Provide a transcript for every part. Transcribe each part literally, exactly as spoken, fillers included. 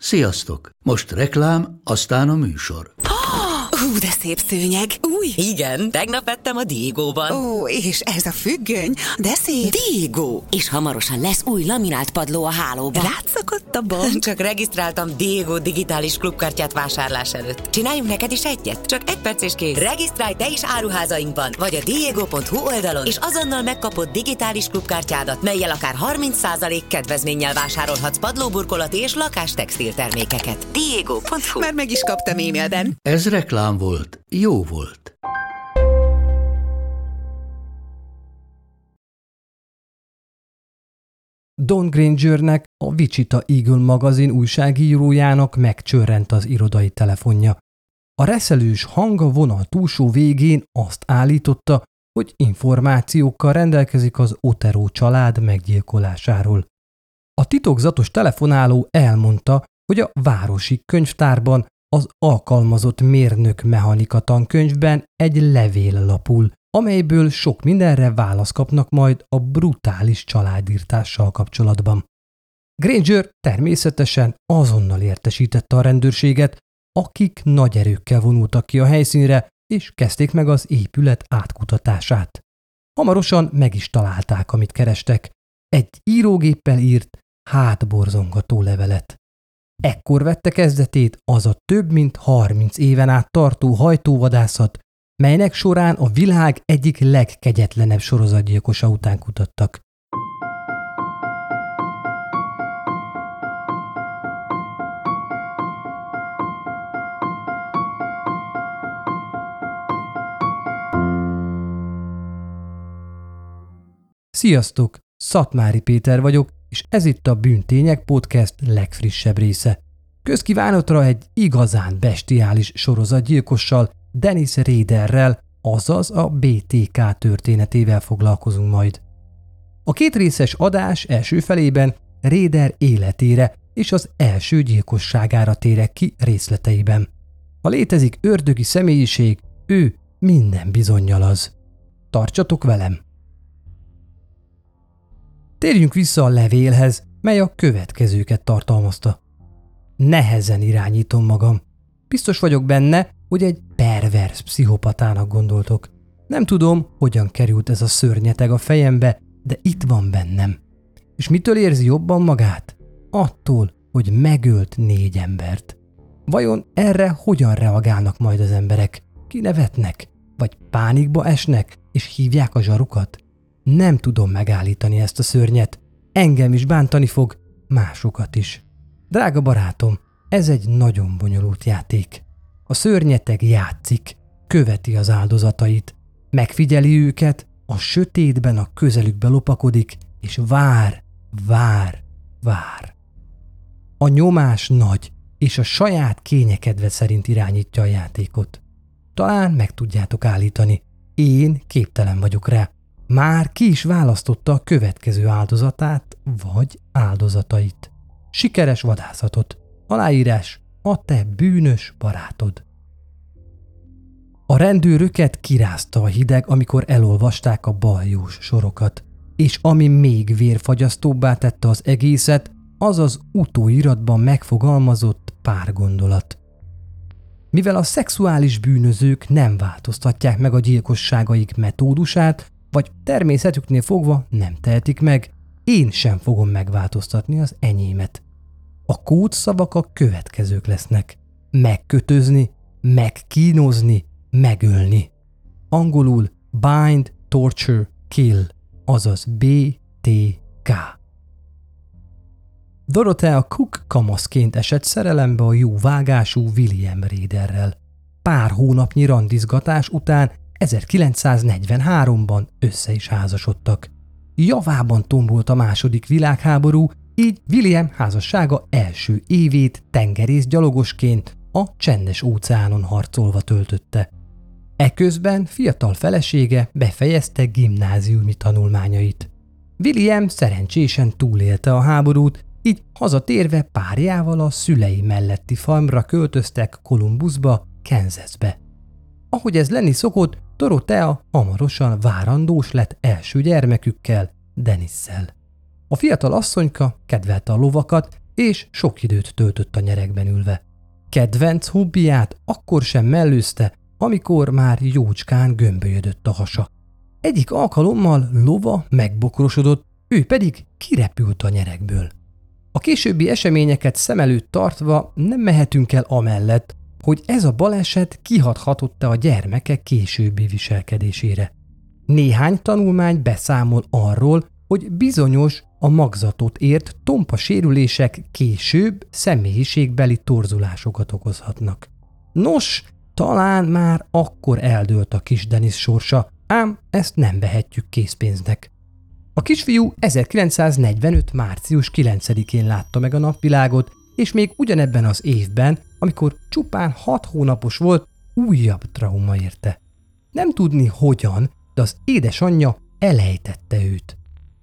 Sziasztok! Most reklám, aztán a műsor. Hú, de szép szőnyeg. Új? Igen, tegnap vettem a Diegóban. Ó, és ez a függöny, de szép. Diegó! És hamarosan lesz új laminált padló a hálóban. Rátszakadt a bank. Csak regisztráltam Diegó digitális klubkártyát vásárlás előtt. Csináljunk neked is egyet? Csak egy perc és kész. Regisztrálj te is áruházainkban, vagy a diego pont hu oldalon, és azonnal megkapod digitális klubkártyádat, mellyel akár harminc százalék kedvezménnyel vásárolhatsz padlóburkolati és lakástextil termékeket. diego pont hu. Már meg is kaptam e-mailben. Ez reklám volt. Jó volt. Don Grangernek, a Wichita Eagle magazin újságírójának megcsörrent az irodai telefonja. A reszelős hang a vonal túlsó végén azt állította, hogy információkkal rendelkezik az Otero család meggyilkolásáról. A titokzatos telefonáló elmondta, hogy a városi könyvtárban az alkalmazott mérnök mechanika tankönyvben egy levél lapul, amelyből sok mindenre választ kapnak majd a brutális családírtással kapcsolatban. Granger természetesen azonnal értesítette a rendőrséget, akik nagy erőkkel vonultak ki a helyszínre, és kezdték meg az épület átkutatását. Hamarosan meg is találták, amit kerestek, egy írógéppel írt, hátborzongató levelet. Ekkor vette kezdetét az a több mint harminc éven át tartó hajtóvadászat, melynek során a világ egyik legkegyetlenebb sorozatgyilkosa után kutattak. Sziasztok! Szatmári Péter vagyok, és ez itt a Bűntények Podcast legfrissebb része. Közkívánatra egy igazán bestiális sorozatgyilkossal, Dennis Raderrel, azaz a bé té ká történetével foglalkozunk majd. A kétrészes adás első felében Rader életére és az első gyilkosságára térek ki részleteiben. Ha létezik ördögi személyiség, ő minden bizonnyal az. Tartsatok velem! Térjünk vissza a levélhez, mely a következőket tartalmazta. Nehezen irányítom magam. Biztos vagyok benne, hogy egy pervers pszichopatának gondoltok. Nem tudom, hogyan került ez a szörnyeteg a fejembe, de itt van bennem. És mitől érzi jobban magát? Attól, hogy megölt négy embert. Vajon erre hogyan reagálnak majd az emberek? Kinevetnek? Vagy pánikba esnek, és hívják a zsarukat? Nem tudom megállítani ezt a szörnyet. Engem is bántani fog, másokat is. Drága barátom, ez egy nagyon bonyolult játék. A szörnyeteg játszik, követi az áldozatait, megfigyeli őket, a sötétben a közelükbe lopakodik, és vár, vár, vár. A nyomás nagy, és a saját kényekedve szerint irányítja a játékot. Talán meg tudjátok állítani, én képtelen vagyok rá. Már ki is választotta a következő áldozatát, vagy áldozatait. Sikeres vadászatot. Aláírás: a te bűnös barátod. A rendőröket kirázta a hideg, amikor elolvasták a baljós sorokat. És ami még vérfagyasztóbbá tette az egészet, az az utóiratban megfogalmazott pár gondolat. Mivel a szexuális bűnözők nem változtatják meg a gyilkosságaik metódusát, vagy természetüknél fogva nem tehetik meg, én sem fogom megváltoztatni az enyémet. A kódszavak a következők lesznek. Megkötözni, megkínozni, megölni. Angolul bind, torture, kill, azaz bé té ká. Dorothea Cook kamaszként esett szerelembe a jó vágású William Raderrel. Pár hónapnyi randizgatás után ezerkilencszáznegyvenháromban össze is házasodtak. Javában tombolt a második világháború, így William házassága első évét tengerészgyalogosként a Csendes-óceánon harcolva töltötte. Eközben fiatal felesége befejezte gimnáziumi tanulmányait. William szerencsésen túlélte a háborút, így hazatérve párjával a szülei melletti farmra költöztek Columbusba, Kansasbe. Ahogy ez lenni szokott, Dorothea hamarosan várandós lett első gyermekükkel, Dennisszel. A fiatal asszonyka kedvelte a lovakat, és sok időt töltött a nyeregben ülve. Kedvenc hobbiát akkor sem mellőzte, amikor már jócskán gömbölyödött a hasa. Egyik alkalommal lova megbokrosodott, ő pedig kirepült a nyeregből. A későbbi eseményeket szem előtt tartva nem mehetünk el amellett, hogy ez a baleset kihathatott a gyermekek későbbi viselkedésére. Néhány tanulmány beszámol arról, hogy bizonyos a magzatot ért tompa sérülések később személyiségbeli torzulásokat okozhatnak. Nos, talán már akkor eldőlt a kis Denis sorsa, ám ezt nem vehetjük készpénznek. A kisfiú ezerkilencszáznegyvenöt. március kilencedikén látta meg a napvilágot, és még ugyanebben az évben, amikor csupán hat hónapos volt, újabb trauma érte. Nem tudni hogyan, de az édesanyja elejtette őt.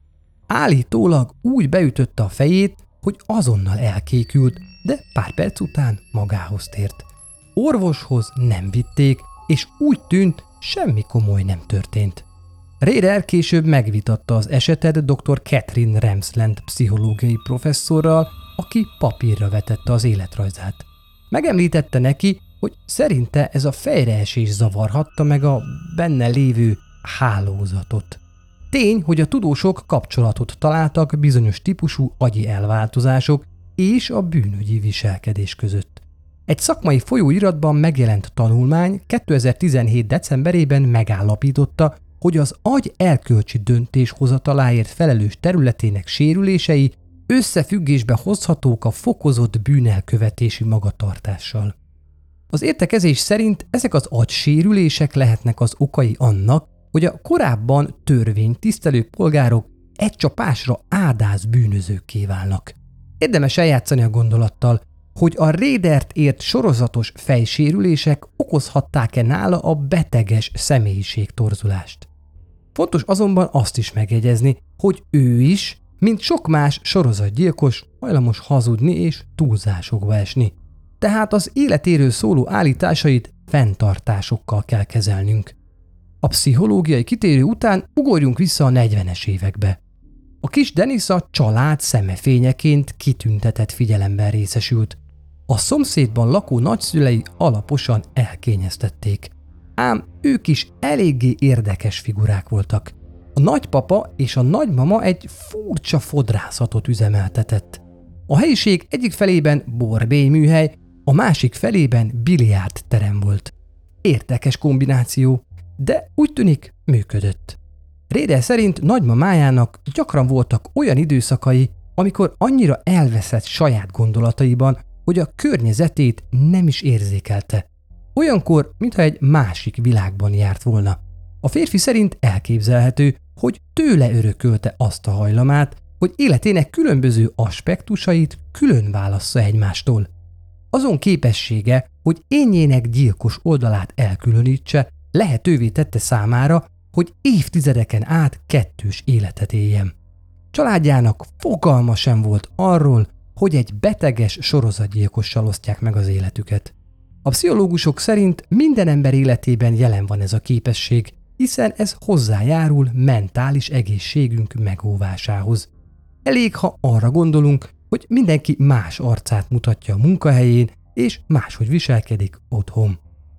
Állítólag úgy beütötte a fejét, hogy azonnal elkékült, de pár perc után magához tért. Orvoshoz nem vitték, és úgy tűnt, semmi komoly nem történt. Rader később megvitatta az esetet dr. Catherine Ramsland pszichológiai professzorral, aki papírra vetette az életrajzát. Megemlítette neki, hogy szerinte ez a fejreesés zavarhatta meg a benne lévő hálózatot. Tény, hogy a tudósok kapcsolatot találtak bizonyos típusú agyi elváltozások és a bűnügyi viselkedés között. Egy szakmai folyóiratban megjelent tanulmány kétezer-tizenhét. decemberében megállapította, hogy az agy erkölcsi döntéshozataláért felelős területének sérülései összefüggésbe hozhatók a fokozott bűnelkövetési magatartással. Az értekezés szerint ezek az agysérülések lehetnek az okai annak, hogy a korábban törvénytisztelő polgárok egy csapásra ádáz bűnözőkké válnak. Érdemes eljátszani a gondolattal, hogy a Radert ért sorozatos fejsérülések okozhatták-e nála a beteges személyiségtorzulást. Fontos azonban azt is megjegyezni, hogy ő is, mint sok más sorozatgyilkos, hajlamos hazudni és túlzásokba esni. Tehát az életéről szóló állításait fenntartásokkal kell kezelnünk. A pszichológiai kitérő után ugorjunk vissza a negyvenes évekbe. A kis Denis a család szemefényeként kitüntetett figyelemben részesült. A szomszédban lakó nagyszülei alaposan elkényeztették. Ám ők is eléggé érdekes figurák voltak. A nagypapa és a nagymama egy furcsa fodrászatot üzemeltetett. A helyiség egyik felében borbélyműhely, a másik felében biliárdterem volt. Érdekes kombináció, de úgy tűnik működött. Rader szerint nagymamájának gyakran voltak olyan időszakai, amikor annyira elveszett saját gondolataiban, hogy a környezetét nem is érzékelte. Olyankor, mintha egy másik világban járt volna. A férfi szerint elképzelhető, hogy tőle örökölte azt a hajlamát, hogy életének különböző aspektusait külön válassza egymástól. Azon képessége, hogy énjének gyilkos oldalát elkülönítse, lehetővé tette számára, hogy évtizedeken át kettős életet éljen. Családjának fogalma sem volt arról, hogy egy beteges sorozatgyilkossal osztják meg az életüket. A pszichológusok szerint minden ember életében jelen van ez a képesség, hiszen ez hozzájárul mentális egészségünk megóvásához. Elég, ha arra gondolunk, hogy mindenki más arcát mutatja a munkahelyén, és máshogy viselkedik otthon.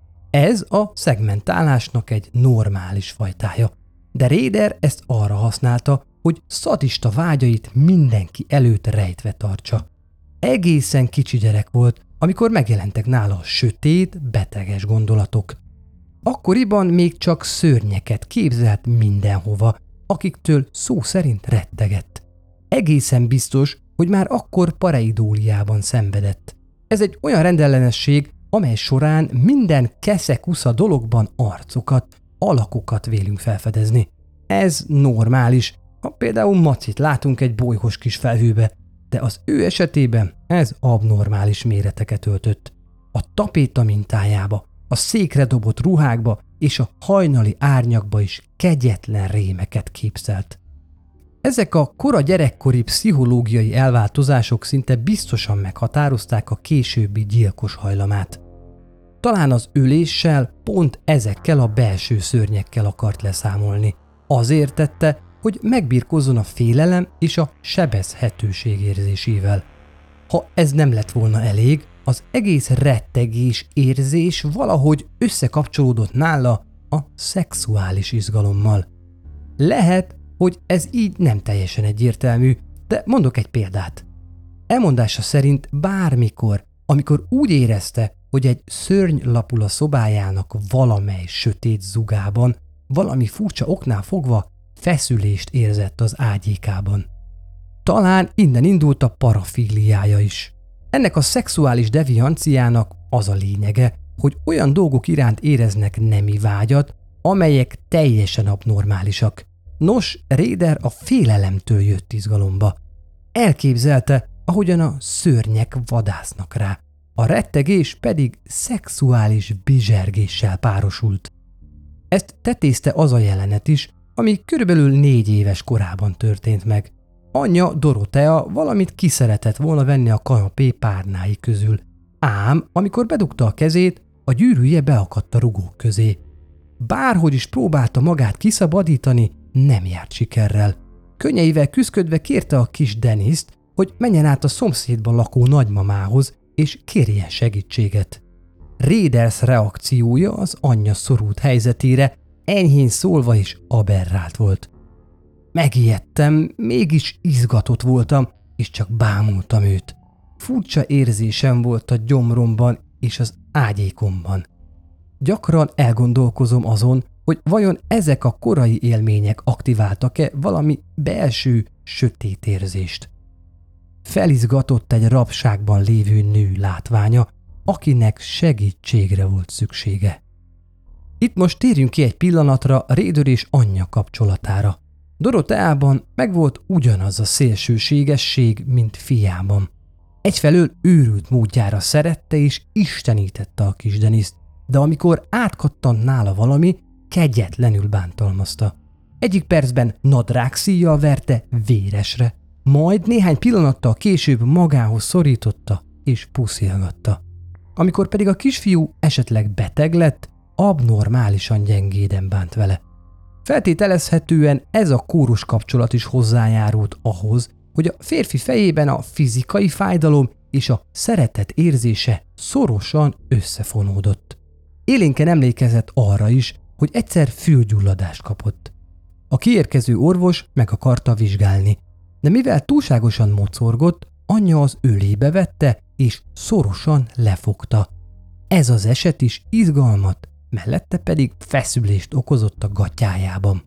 Ez a szegmentálásnak egy normális fajtája, de Rader ezt arra használta, hogy szadista vágyait mindenki előtt rejtve tartsa. Egészen kicsi gyerek volt, amikor megjelentek nála a sötét, beteges gondolatok. Akkoriban még csak szörnyeket képzelt mindenhova, akiktől szó szerint rettegett. Egészen biztos, hogy már akkor pareidóliában szenvedett. Ez egy olyan rendellenesség, amely során minden keszekusza dologban arcokat, alakokat vélünk felfedezni. Ez normális, ha például macit látunk egy bolyhos kis felhőbe, de az ő esetében ez abnormális méreteket öltött. A tapéta mintájába, a székre dobott ruhákba és a hajnali árnyakba is kegyetlen rémeket képzelt. Ezek a kora gyerekkori pszichológiai elváltozások szinte biztosan meghatározták a későbbi gyilkos hajlamát. Talán az öléssel pont ezekkel a belső szörnyekkel akart leszámolni. Azért tette, hogy megbirkózzon a félelem és a sebezhetőség érzésével. Ha ez nem lett volna elég, az egész rettegés érzés valahogy összekapcsolódott nála a szexuális izgalommal. Lehet, hogy ez így nem teljesen egyértelmű, de mondok egy példát. Elmondása szerint bármikor, amikor úgy érezte, hogy egy szörny lapul a szobájának valamely sötét zugában, valami furcsa oknál fogva feszülést érzett az ágyékában. Talán innen indult a parafíliája is. Ennek a szexuális devianciának az a lényege, hogy olyan dolgok iránt éreznek nemi vágyat, amelyek teljesen abnormálisak. Nos, Rader a félelemtől jött izgalomba. Elképzelte, ahogyan a szörnyek vadásznak rá, a rettegés pedig szexuális bizsergéssel párosult. Ezt tetézte az a jelenet is, ami körülbelül négy éves korában történt meg. Anyja, Dorothea valamit ki szeretett volna venni a kanapé párnái közül, ám amikor bedugta a kezét, a gyűrűje beakadt a rugók közé. Bárhogy is próbálta magát kiszabadítani, nem járt sikerrel. Könnyeivel küszködve kérte a kis Deniszt, hogy menjen át a szomszédban lakó nagymamához, és kérjen segítséget. Raders reakciója az anyja szorult helyzetére enyhén szólva is aberrált volt. Megijedtem, mégis izgatott voltam, és csak bámultam őt. Furcsa érzésem volt a gyomromban és az ágyékomban. Gyakran elgondolkozom azon, hogy vajon ezek a korai élmények aktiváltak-e valami belső, sötét érzést. Felizgatott egy rabságban lévő nő látványa, akinek segítségre volt szüksége. Itt most térjünk ki egy pillanatra Rader és anyja kapcsolatára. Dorotheában megvolt ugyanaz a szélsőségesség, mint fiában. Egyfelől őrült módjára szerette és istenítette a kis Deniszt, de amikor átkattant nála valami, kegyetlenül bántalmazta. Egyik percben nadrágszíjjal verte véresre, majd néhány pillanattal később magához szorította és puszilgatta. Amikor pedig a kisfiú esetleg beteg lett, abnormálisan gyengéden bánt vele. Feltételezhetően ez a kóros kapcsolat is hozzájárult ahhoz, hogy a férfi fejében a fizikai fájdalom és a szeretet érzése szorosan összefonódott. Élénken emlékezett arra is, hogy egyszer fülgyulladást kapott. A kiérkező orvos meg akarta vizsgálni, de mivel túlságosan mocorgott, anyja az ölébe vette és szorosan lefogta. Ez az eset is izgalmat, mellette pedig feszülést okozott a gatyájában.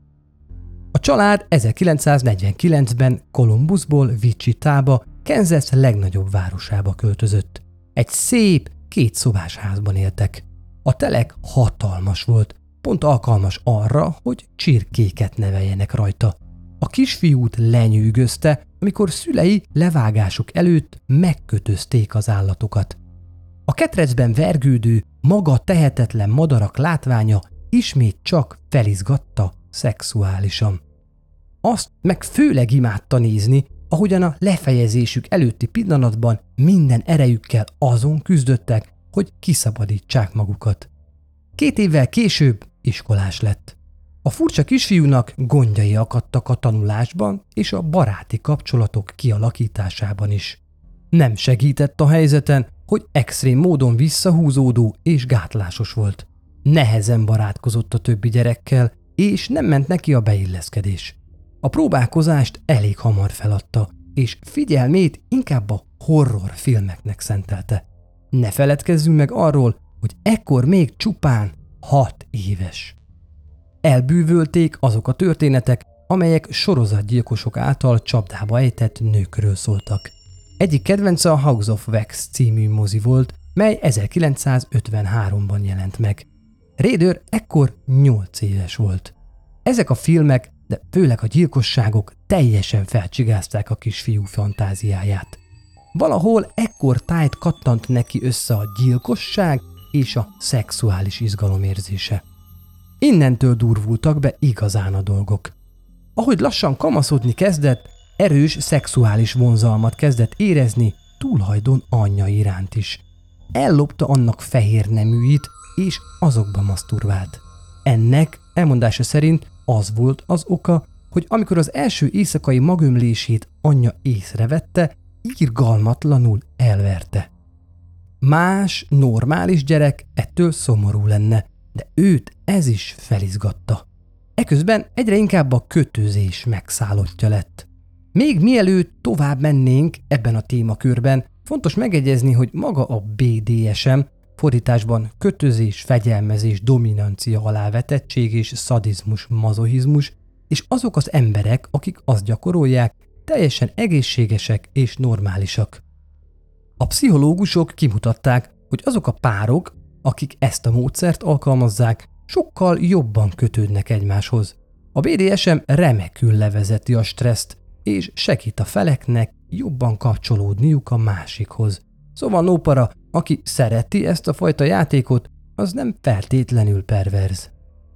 A család ezerkilencszáznegyvenkilencben Columbusból Wichitába, Kansas legnagyobb városába költözött. Egy szép, kétszobás házban éltek. A telek hatalmas volt, pont alkalmas arra, hogy csirkéket neveljenek rajta. A kisfiút lenyűgözte, amikor szülei levágásuk előtt megkötözték az állatokat. A ketrecben vergődő, maga tehetetlen madarak látványa ismét csak felizgatta szexuálisan. Azt meg főleg imádta nézni, ahogyan a lefejezésük előtti pillanatban minden erejükkel azon küzdöttek, hogy kiszabadítsák magukat. Két évvel később iskolás lett. A furcsa kisfiúnak gondjai akadtak a tanulásban és a baráti kapcsolatok kialakításában is. Nem segített a helyzeten, hogy extrém módon visszahúzódó és gátlásos volt. Nehezen barátkozott a többi gyerekkel, és nem ment neki a beilleszkedés. A próbálkozást elég hamar feladta, és figyelmét inkább a horror filmeknek szentelte. Ne feledkezzünk meg arról, hogy ekkor még csupán hat éves. Elbűvölték azok a történetek, amelyek sorozatgyilkosok által csapdába ejtett nőkről szóltak. Egyik kedvence a House of Wax című mozi volt, mely ezerkilencszázötvenháromban jelent meg. Rader ekkor nyolc éves volt. Ezek a filmek, de főleg a gyilkosságok teljesen felcsigázták a kisfiú fantáziáját. Valahol ekkor tájt kattant neki össze a gyilkosság és a szexuális izgalom érzése. Innentől durvultak be igazán a dolgok. Ahogy lassan kamaszodni kezdett, erős szexuális vonzalmat kezdett érezni túlhajdon anyja iránt is. Ellopta annak fehér neműit, és azokba maszturvált. Ennek elmondása szerint az volt az oka, hogy amikor az első éjszakai magömlését anyja észrevette, irgalmatlanul elverte. Más, normális gyerek ettől szomorú lenne, de őt ez is felizgatta. Eközben egyre inkább a kötözés megszállottja lett. Még mielőtt tovább mennénk ebben a témakörben, fontos megegyezni, hogy maga a bé dé es em, fordításban kötözés, fegyelmezés, dominancia, alávetettség és szadizmus, mazochizmus, és azok az emberek, akik azt gyakorolják, teljesen egészségesek és normálisak. A pszichológusok kimutatták, hogy azok a párok, akik ezt a módszert alkalmazzák, sokkal jobban kötődnek egymáshoz. A bé dé es em remekül levezeti a stresszt, és segít a feleknek jobban kapcsolódniuk a másikhoz. Szóval nópara, aki szereti ezt a fajta játékot, az nem feltétlenül perverz.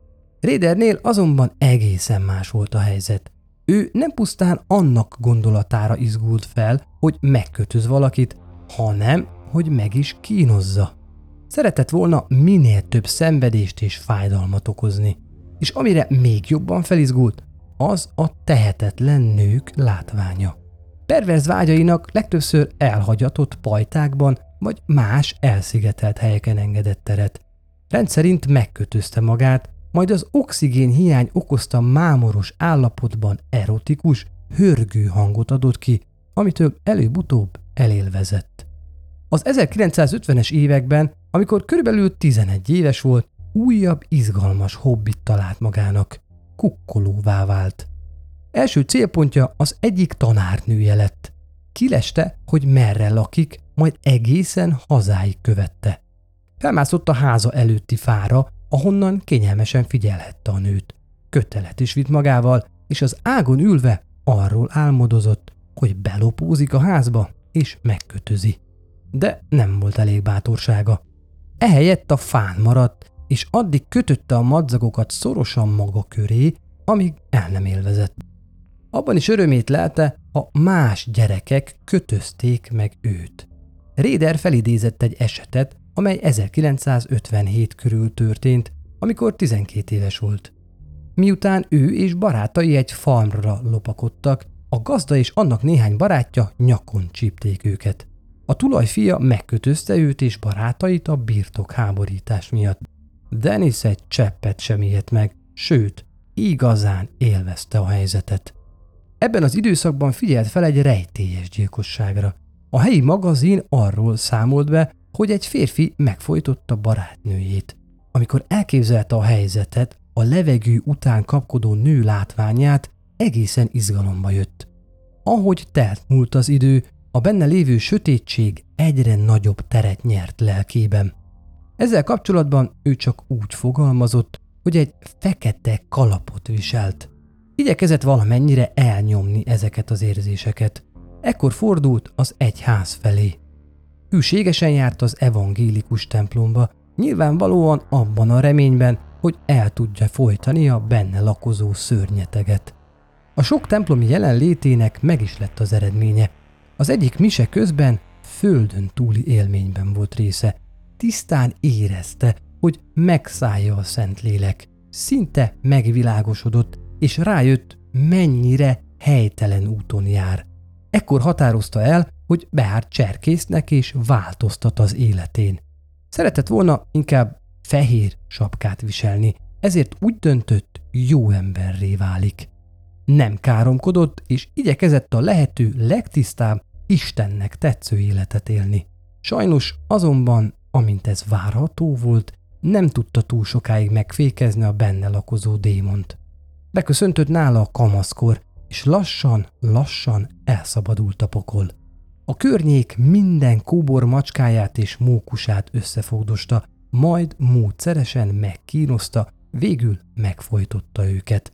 Radernél azonban egészen más volt a helyzet. Ő nem pusztán annak gondolatára izgult fel, hogy megkötöz valakit, hanem, hogy meg is kínozza. Szeretett volna minél több szenvedést és fájdalmat okozni. És amire még jobban felizgult, az a tehetetlen nők látványa. Perverz vágyainak legtöbbször elhagyatott pajtákban vagy más elszigetelt helyeken engedett teret. Rendszerint megkötözte magát, majd az oxigén hiány okozta mámoros állapotban erotikus, hörgő hangot adott ki, amitől előbb-utóbb elélvezett. Az ezerkilencszázötvenes években, amikor körülbelül tizenegy éves volt, újabb izgalmas hobbit talált magának. Kukkolóvá vált. Első célpontja az egyik tanárnője lett. Kileste, hogy merre lakik, majd egészen hazáig követte. Felmászott a háza előtti fára, ahonnan kényelmesen figyelhette a nőt. Kötelet is vitt magával, és az ágon ülve arról álmodozott, hogy belopózik a házba és megkötözi. De nem volt elég bátorsága. Ehelyett a fán maradt, és addig kötötte a madzagokat szorosan maga köré, amíg el nem élvezett. Abban is örömét lelte, ha más gyerekek kötözték meg őt. Rader felidézett egy esetet, amely ezerkilencszázötvenhét körül történt, amikor tizenkét éves volt. Miután ő és barátai egy farmra lopakodtak, a gazda és annak néhány barátja nyakon csípték őket. A tulajfia megkötözte őt és barátait a birtokháborítás miatt. Dennis egy cseppet sem ijedt meg, sőt, igazán élvezte a helyzetet. Ebben az időszakban figyelt fel egy rejtélyes gyilkosságra. A helyi magazin arról számolt be, hogy egy férfi megfojtotta barátnőjét. Amikor elképzelte a helyzetet, a levegő után kapkodó nő látványát, egészen izgalomba jött. Ahogy telt múlt az idő, a benne lévő sötétség egyre nagyobb teret nyert lelkében. Ezzel kapcsolatban ő csak úgy fogalmazott, hogy egy fekete kalapot viselt. Igyekezett valamennyire elnyomni ezeket az érzéseket. Ekkor fordult az egyház felé. Hűségesen járt az evangélikus templomba, nyilvánvalóan abban a reményben, hogy el tudja folytani a benne lakozó szörnyeteget. A sok templomi jelenlétének meg is lett az eredménye. Az egyik mise közben földön túli élményben volt része. Tisztán érezte, hogy megszállja a Szentlélek. Szinte megvilágosodott, és rájött, mennyire helytelen úton jár. Ekkor határozta el, hogy beárt cserkésznek és változtat az életén. Szeretett volna inkább fehér sapkát viselni, ezért úgy döntött, jó emberré válik. Nem káromkodott, és igyekezett a lehető legtisztább, Istennek tetsző életet élni. Sajnos azonban, amint ez várható volt, nem tudta túl sokáig megfékezni a benne lakozó démont. Beköszöntött nála a kamaszkor, és lassan, lassan elszabadult a pokol. A környék minden kóbor macskáját és mókusát összefogdosta, majd módszeresen megkínozta, végül megfojtotta őket.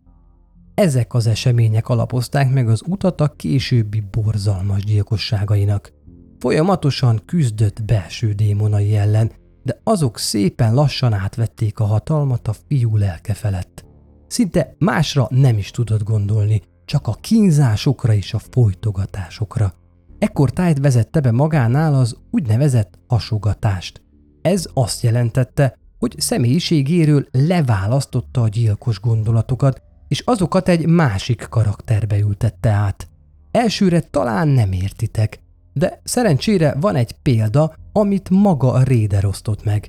Ezek az események alapozták meg az utat a későbbi borzalmas gyilkosságainak. Folyamatosan küzdött belső démonai ellen, de azok szépen lassan átvették a hatalmat a fiú lelke felett. Szinte másra nem is tudott gondolni, csak a kínzásokra és a folytogatásokra. Ekkor tájt vezette be magánál az úgynevezett hasogatást. Ez azt jelentette, hogy személyiségéről leválasztotta a gyilkos gondolatokat, és azokat egy másik karakterbe ültette át. Elsőre talán nem értitek, De szerencsére van egy példa, amit maga a Rader osztott meg.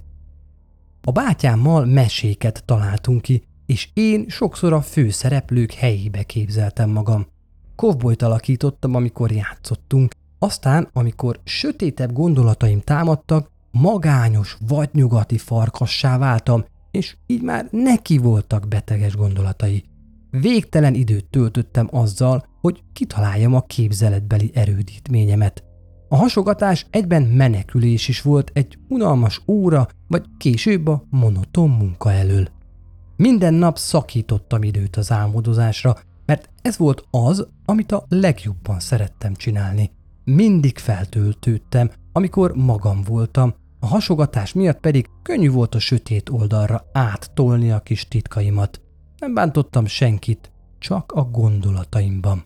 A bátyámmal meséket találtunk ki, és én sokszor a főszereplők helyébe képzeltem magam. Kovbolyt alakítottam, amikor játszottunk, aztán, amikor sötétebb gondolataim támadtak, magányos, vadnyugati farkassá váltam, és így már neki voltak beteges gondolatai. Végtelen időt töltöttem azzal, hogy kitaláljam a képzeletbeli erődítményemet. A hasogatás egyben menekülés is volt egy unalmas óra, vagy később a monoton munka elől. Minden nap szakítottam időt az álmodozásra, mert ez volt az, amit a legjobban szerettem csinálni. Mindig feltöltődtem, amikor magam voltam, a hasogatás miatt pedig könnyű volt a sötét oldalra áttolni a kis titkaimat. Nem bántottam senkit, csak a gondolataimban.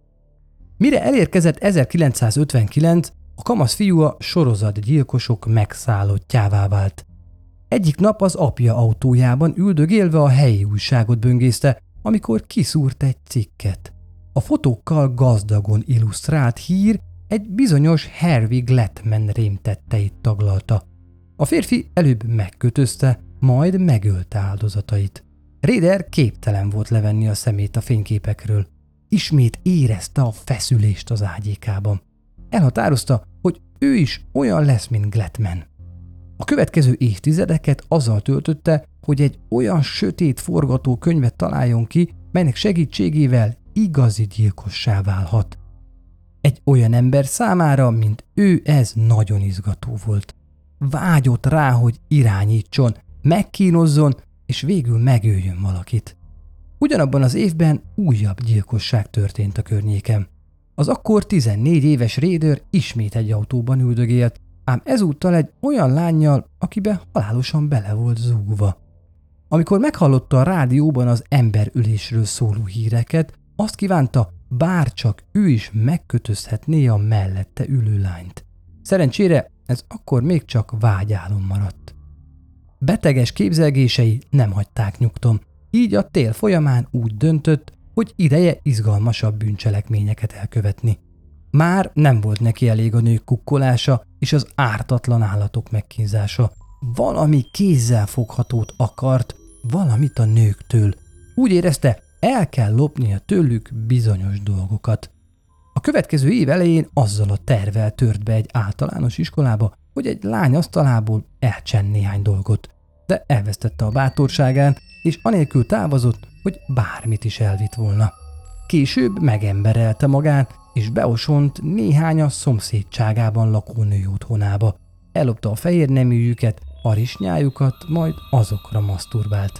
Mire elérkezett ezerkilencszázötvenkilenc, a kamasz fiú a sorozatgyilkosok megszállottjává vált. Egyik nap az apja autójában üldögélve a helyi újságot böngészte, amikor kiszúrt egy cikket. A fotókkal gazdagon illusztrált hír egy bizonyos Harvey Gladman rémtetteit taglalta. A férfi előbb megkötözte, majd megölte áldozatait. Rader képtelen volt levenni a szemét a fényképekről. Ismét érezte a feszülést az ágyékában. Elhatározta, hogy ő is olyan lesz, mint Gladman. A következő évtizedeket azzal töltötte, hogy egy olyan sötét forgatókönyvet találjon ki, melynek segítségével igazi gyilkossá válhat. Egy olyan ember számára, mint ő, ez nagyon izgató volt. Vágyott rá, hogy irányítson, megkínozzon, és végül megöljön valakit. Ugyanabban az évben újabb gyilkosság történt a környéken. Az akkor tizennégy éves Rader ismét egy autóban üldögélt, ám ezúttal egy olyan lánnyal, akibe halálosan bele volt zúgva. Amikor meghallotta a rádióban az emberülésről szóló híreket, azt kívánta, bárcsak ő is megkötözhetné a mellette ülő lányt. Szerencsére ez akkor még csak vágyálom maradt. Beteges képzelgései nem hagyták nyugton, így a tél folyamán úgy döntött, hogy ideje izgalmasabb bűncselekményeket elkövetni. Már nem volt neki elég a nők kukkolása és az ártatlan állatok megkínzása. Valami kézzel foghatót akart, valamit a nőktől. Úgy érezte, el kell lopnia tőlük bizonyos dolgokat. A következő év elején azzal a tervvel tört be egy általános iskolába, hogy egy lány asztalából elcsen néhány dolgot. De elvesztette a bátorságán, és anélkül távozott, hogy bármit is elvitt volna. Később megemberelte magát, és beosont néhány a szomszédságában lakó nő otthonába. Ellopta a fehér neműjüket, harisnyájukat, majd azokra maszturbált.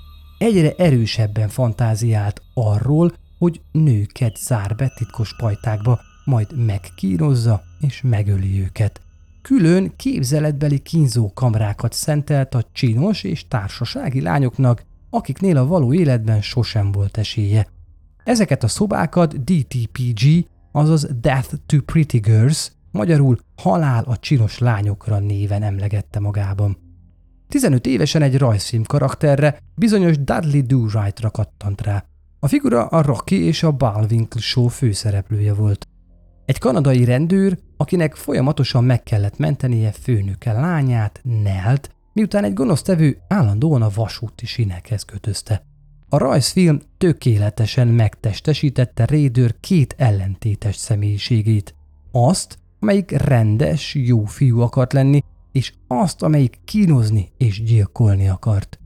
Egyre erősebben fantáziált arról, hogy nőket zár be titkos pajtákba, majd megkínozza és megöli őket. Külön képzeletbeli kínzó kamrákat szentelt a csinos és társasági lányoknak, akiknél a való életben sosem volt esélye. Ezeket a szobákat dé té pé gé, azaz Death to Pretty Girls, magyarul Halál a csinos lányokra néven emlegette magában. tizenöt évesen egy rajzfilm karakterre, bizonyos Dudley Do-Right-ra kattant rá. A figura a Rocky és a Bullwinkle Show főszereplője volt. Egy kanadai rendőr, akinek folyamatosan meg kellett mentenie főnöke lányát, Nelt, miután egy gonosztevő állandóan a vasúti sínekhez kötözte. A rajzfilm tökéletesen megtestesítette Rader két ellentétes személyiségét. Azt, amelyik rendes, jó fiú akart lenni, és azt, amelyik kínozni és gyilkolni akart.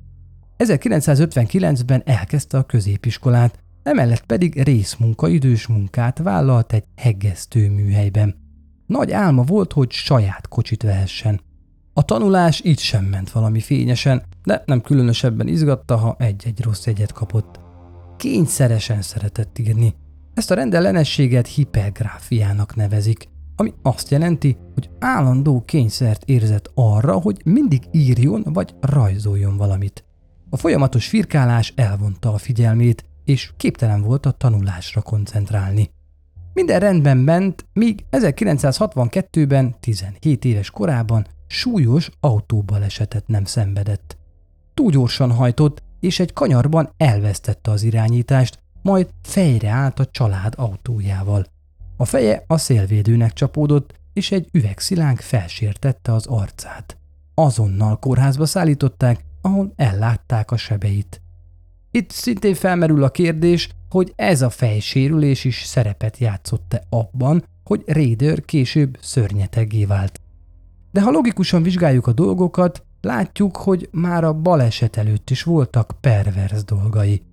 ezerkilencszázötvenkilencben elkezdte a középiskolát, emellett pedig részmunkaidős munkát vállalt egy hegesztő műhelyben. Nagy álma volt, hogy saját kocsit vehessen. A tanulás így sem ment valami fényesen, de nem különösebben izgatta, ha egy-egy rossz jegyet kapott. Kényszeresen szeretett írni. Ezt a rendellenességet hipergráfiának nevezik, ami azt jelenti, hogy állandó kényszert érzett arra, hogy mindig írjon vagy rajzoljon valamit. A folyamatos firkálás elvonta a figyelmét, és képtelen volt a tanulásra koncentrálni. Minden rendben ment, míg ezerkilencszázhatvankettőben, tizenhét éves korában súlyos autóbalesetet nem szenvedett. Túl gyorsan hajtott, és egy kanyarban elvesztette az irányítást, majd fejre állt a család autójával. A feje a szélvédőnek csapódott, és egy üvegszilánk felsértette az arcát. Azonnal kórházba szállították, ahol ellátták a sebeit. Itt szintén felmerül a kérdés, hogy ez a fejsérülés is szerepet játszott-e abban, hogy Raider később szörnyeteggé vált. De ha logikusan vizsgáljuk a dolgokat, látjuk, hogy már a baleset előtt is voltak perverz dolgai.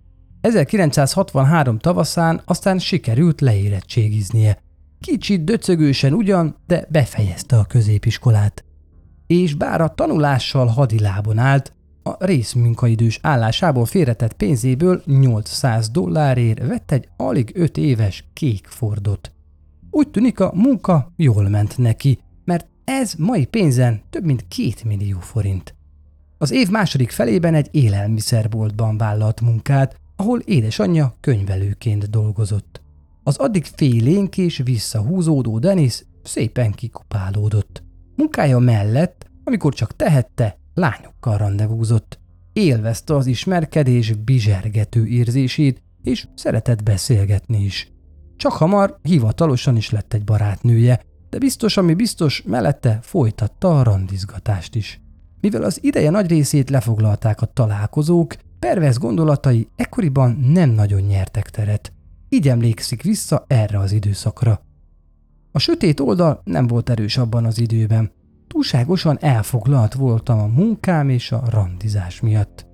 ezerkilencszázhatvanhárom tavaszán aztán sikerült leérettségiznie. Kicsit döcögősen ugyan, de befejezte a középiskolát. És bár a tanulással hadilábon állt, a részmunkaidős állásából félretett pénzéből nyolcszáz dollárért vett egy alig öt éves kék Fordot. Úgy tűnik, a munka jól ment neki, mert ez mai pénzen több mint két millió forint. Az év második felében egy élelmiszerboltban vállalt munkát, ahol édesanyja könyvelőként dolgozott. Az addig félénk és visszahúzódó Dennis szépen kikupálódott. Munkája mellett, amikor csak tehette, lányokkal randevúzott. Élvezte az ismerkedés bizsergető érzését, és szeretett beszélgetni is. Csak hamar hivatalosan is lett egy barátnője, de biztos, ami biztos, mellette folytatta a randizgatást is. Mivel az ideje nagy részét lefoglalták a találkozók, perverz gondolatai ekkoriban nem nagyon nyertek teret. Így emlékszik vissza erre az időszakra. A sötét oldal nem volt erős abban az időben. Túlságosan elfoglalt voltam a munkám és a randizás miatt.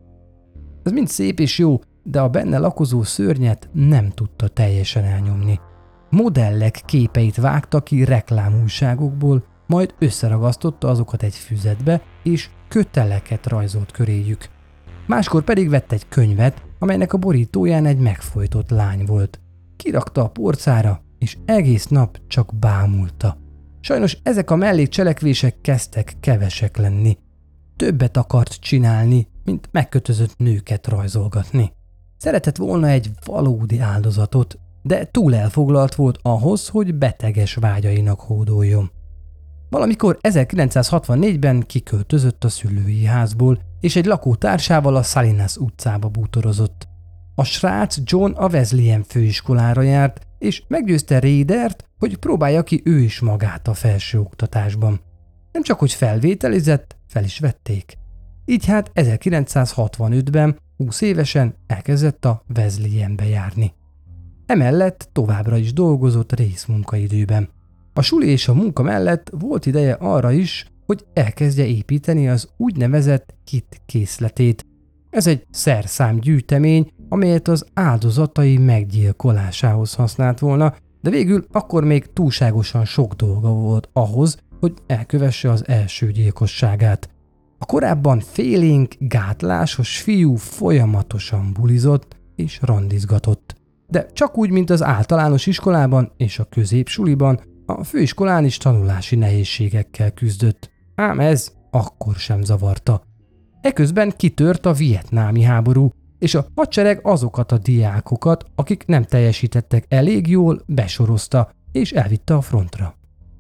Ez mind szép és jó, de a benne lakozó szörnyet nem tudta teljesen elnyomni. Modellek képeit vágta ki reklámújságokból, majd összeragasztotta azokat egy füzetbe, és köteleket rajzolt köréjük. Máskor pedig vett egy könyvet, amelynek a borítóján egy megfojtott lány volt. Kirakta a porcára, és egész nap csak bámulta. Sajnos ezek a mellékcselekvések kezdtek kevesek lenni. Többet akart csinálni, mint megkötözött nőket rajzolgatni. Szeretett volna egy valódi áldozatot, de túl elfoglalt volt ahhoz, hogy beteges vágyainak hódoljon. Valamikor ezerkilencszázhatvannégyben kiköltözött a szülői házból, és egy lakótársával a Salinas utcába bútorozott. A srác John a Wesleyan főiskolára járt, és meggyőzte Raidert, hogy próbálja ki ő is magát a felsőoktatásban. Nem csak hogy felvételizett, fel is vették. Így hát ezerkilencszázhatvanötben, húsz évesen elkezdett a Wesleyanbe járni. Emellett továbbra is dolgozott részmunkaidőben. A suli és a munka mellett volt ideje arra is, hogy elkezdje építeni az úgynevezett kit készletét. Ez egy szerszámgyűjtemény, amelyet az áldozatai meggyilkolásához használt volna, de végül akkor még túlságosan sok dolga volt ahhoz, hogy elkövesse az első gyilkosságát. A korábban félénk, gátlásos fiú folyamatosan bulizott és randizgatott. De csak úgy, mint az általános iskolában és a középsuliban, a főiskolán is tanulási nehézségekkel küzdött. Ám ez akkor sem zavarta. Eközben kitört a vietnámi háború, és a hadsereg azokat a diákokat, akik nem teljesítettek elég jól, besorozta és elvitte a frontra.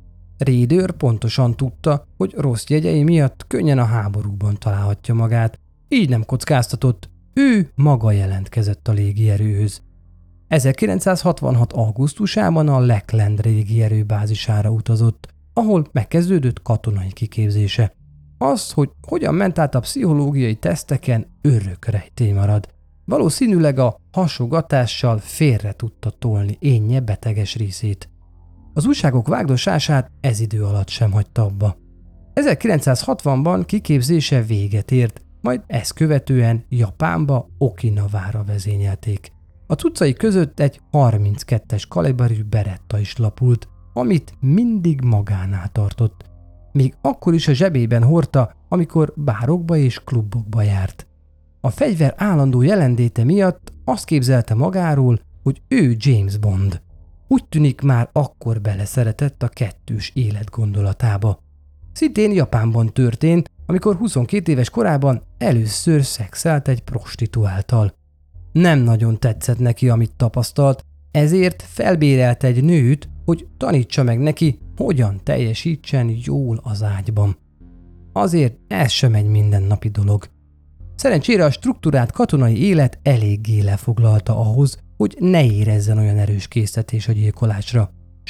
Raider pontosan tudta, hogy rossz jegyei miatt könnyen a háborúban találhatja magát, így nem kockáztatott, ő maga jelentkezett a légierőhöz. ezerkilencszázhatvanhat. augusztusában a Lackland légierőbázisára utazott, ahol megkezdődött katonai kiképzése. Az, hogy hogyan ment át a pszichológiai teszteken, örök rejtély marad. Valószínűleg a hasogatással félre tudta tolni énje beteges részét. Az újságok vágdosását ez idő alatt sem hagyta abba. ezerkilencszázhatvanban kiképzése véget ért, majd ezt követően Japánba, Okinavára vezényelték. A cuccai között egy harminckettes kaliberű Beretta is lapult, amit mindig magánál tartott. Még akkor is a zsebében hordta, amikor bárokba és klubokba járt. A fegyver állandó jelenléte miatt azt képzelte magáról, hogy ő James Bond. Úgy tűnik, már akkor beleszeretett a kettős élet gondolatába. Szintén Japánban történt, amikor huszonkét éves korában először szexelt egy prostituáltal. Nem nagyon tetszett neki, amit tapasztalt, ezért felbérelt egy nőt, hogy tanítsa meg neki, hogyan teljesítsen jól az ágyban. Azért ez sem egy mindennapi dolog. Szerencsére a struktúrált katonai élet eléggé lefoglalta ahhoz, hogy ne érezzen olyan erős késztetés a gyilkolásra. Sőt,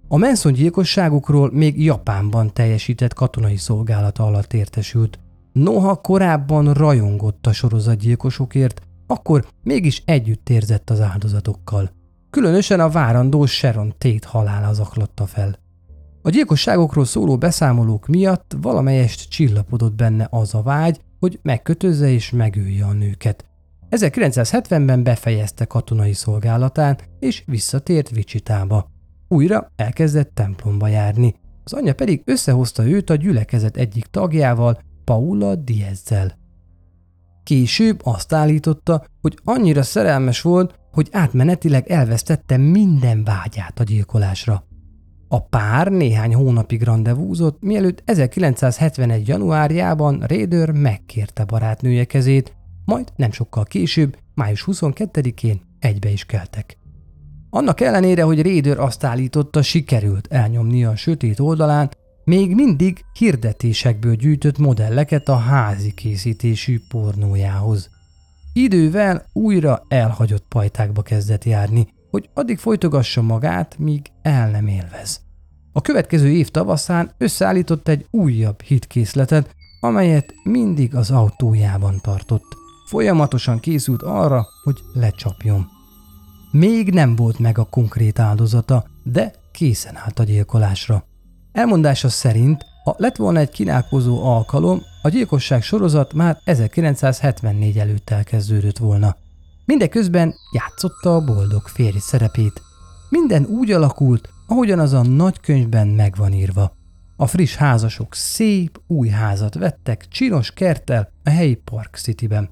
A Manson gyilkosságokról még Japánban teljesített katonai szolgálata alatt értesült. Noha korábban rajongott a sorozatgyilkosokért, akkor mégis együtt érzett az áldozatokkal. Különösen a várandó Sharon Tate halála zaklatta fel. A gyilkosságokról szóló beszámolók miatt valamelyest csillapodott benne az a vágy, hogy megkötözze és megölje a nőket. ezerkilencszázhetvenben befejezte katonai szolgálatán, és visszatért Wichitába. Újra elkezdett templomba járni, az anyja pedig összehozta őt a gyülekezet egyik tagjával, Paula Diazzel. Később azt állította, hogy annyira szerelmes volt, hogy átmenetileg elvesztette minden vágyát a gyilkolásra. A pár néhány hónapig randevúzott, mielőtt ezerkilencszázhetvenegy. januárjában Rader megkérte barátnője kezét, majd nem sokkal később, május huszonkettedikén egybe is keltek. Annak ellenére, hogy Rader azt állította, sikerült elnyomnia a sötét oldalán, még mindig hirdetésekből gyűjtött modelleket a házi készítésű pornójához. Idővel újra elhagyott pajtákba kezdett járni, hogy addig folytogassa magát, míg el nem élvez. A következő év tavaszán összeállított egy újabb hitkészletet, amelyet mindig az autójában tartott. Folyamatosan készült arra, hogy lecsapjon. Még nem volt meg a konkrét áldozata, de készen állt a gyilkolásra. Elmondása szerint, ha lett volna egy kínálkozó alkalom, a gyilkosság sorozat már ezerkilencszázhetvennégy előtt elkezdődött volna. Mindeközben játszotta a boldog férj szerepét. Minden úgy alakult, ahogyan az a nagy könyvben meg van írva. A friss házasok szép, új házat vettek csinos kerttel a helyi Park Cityben.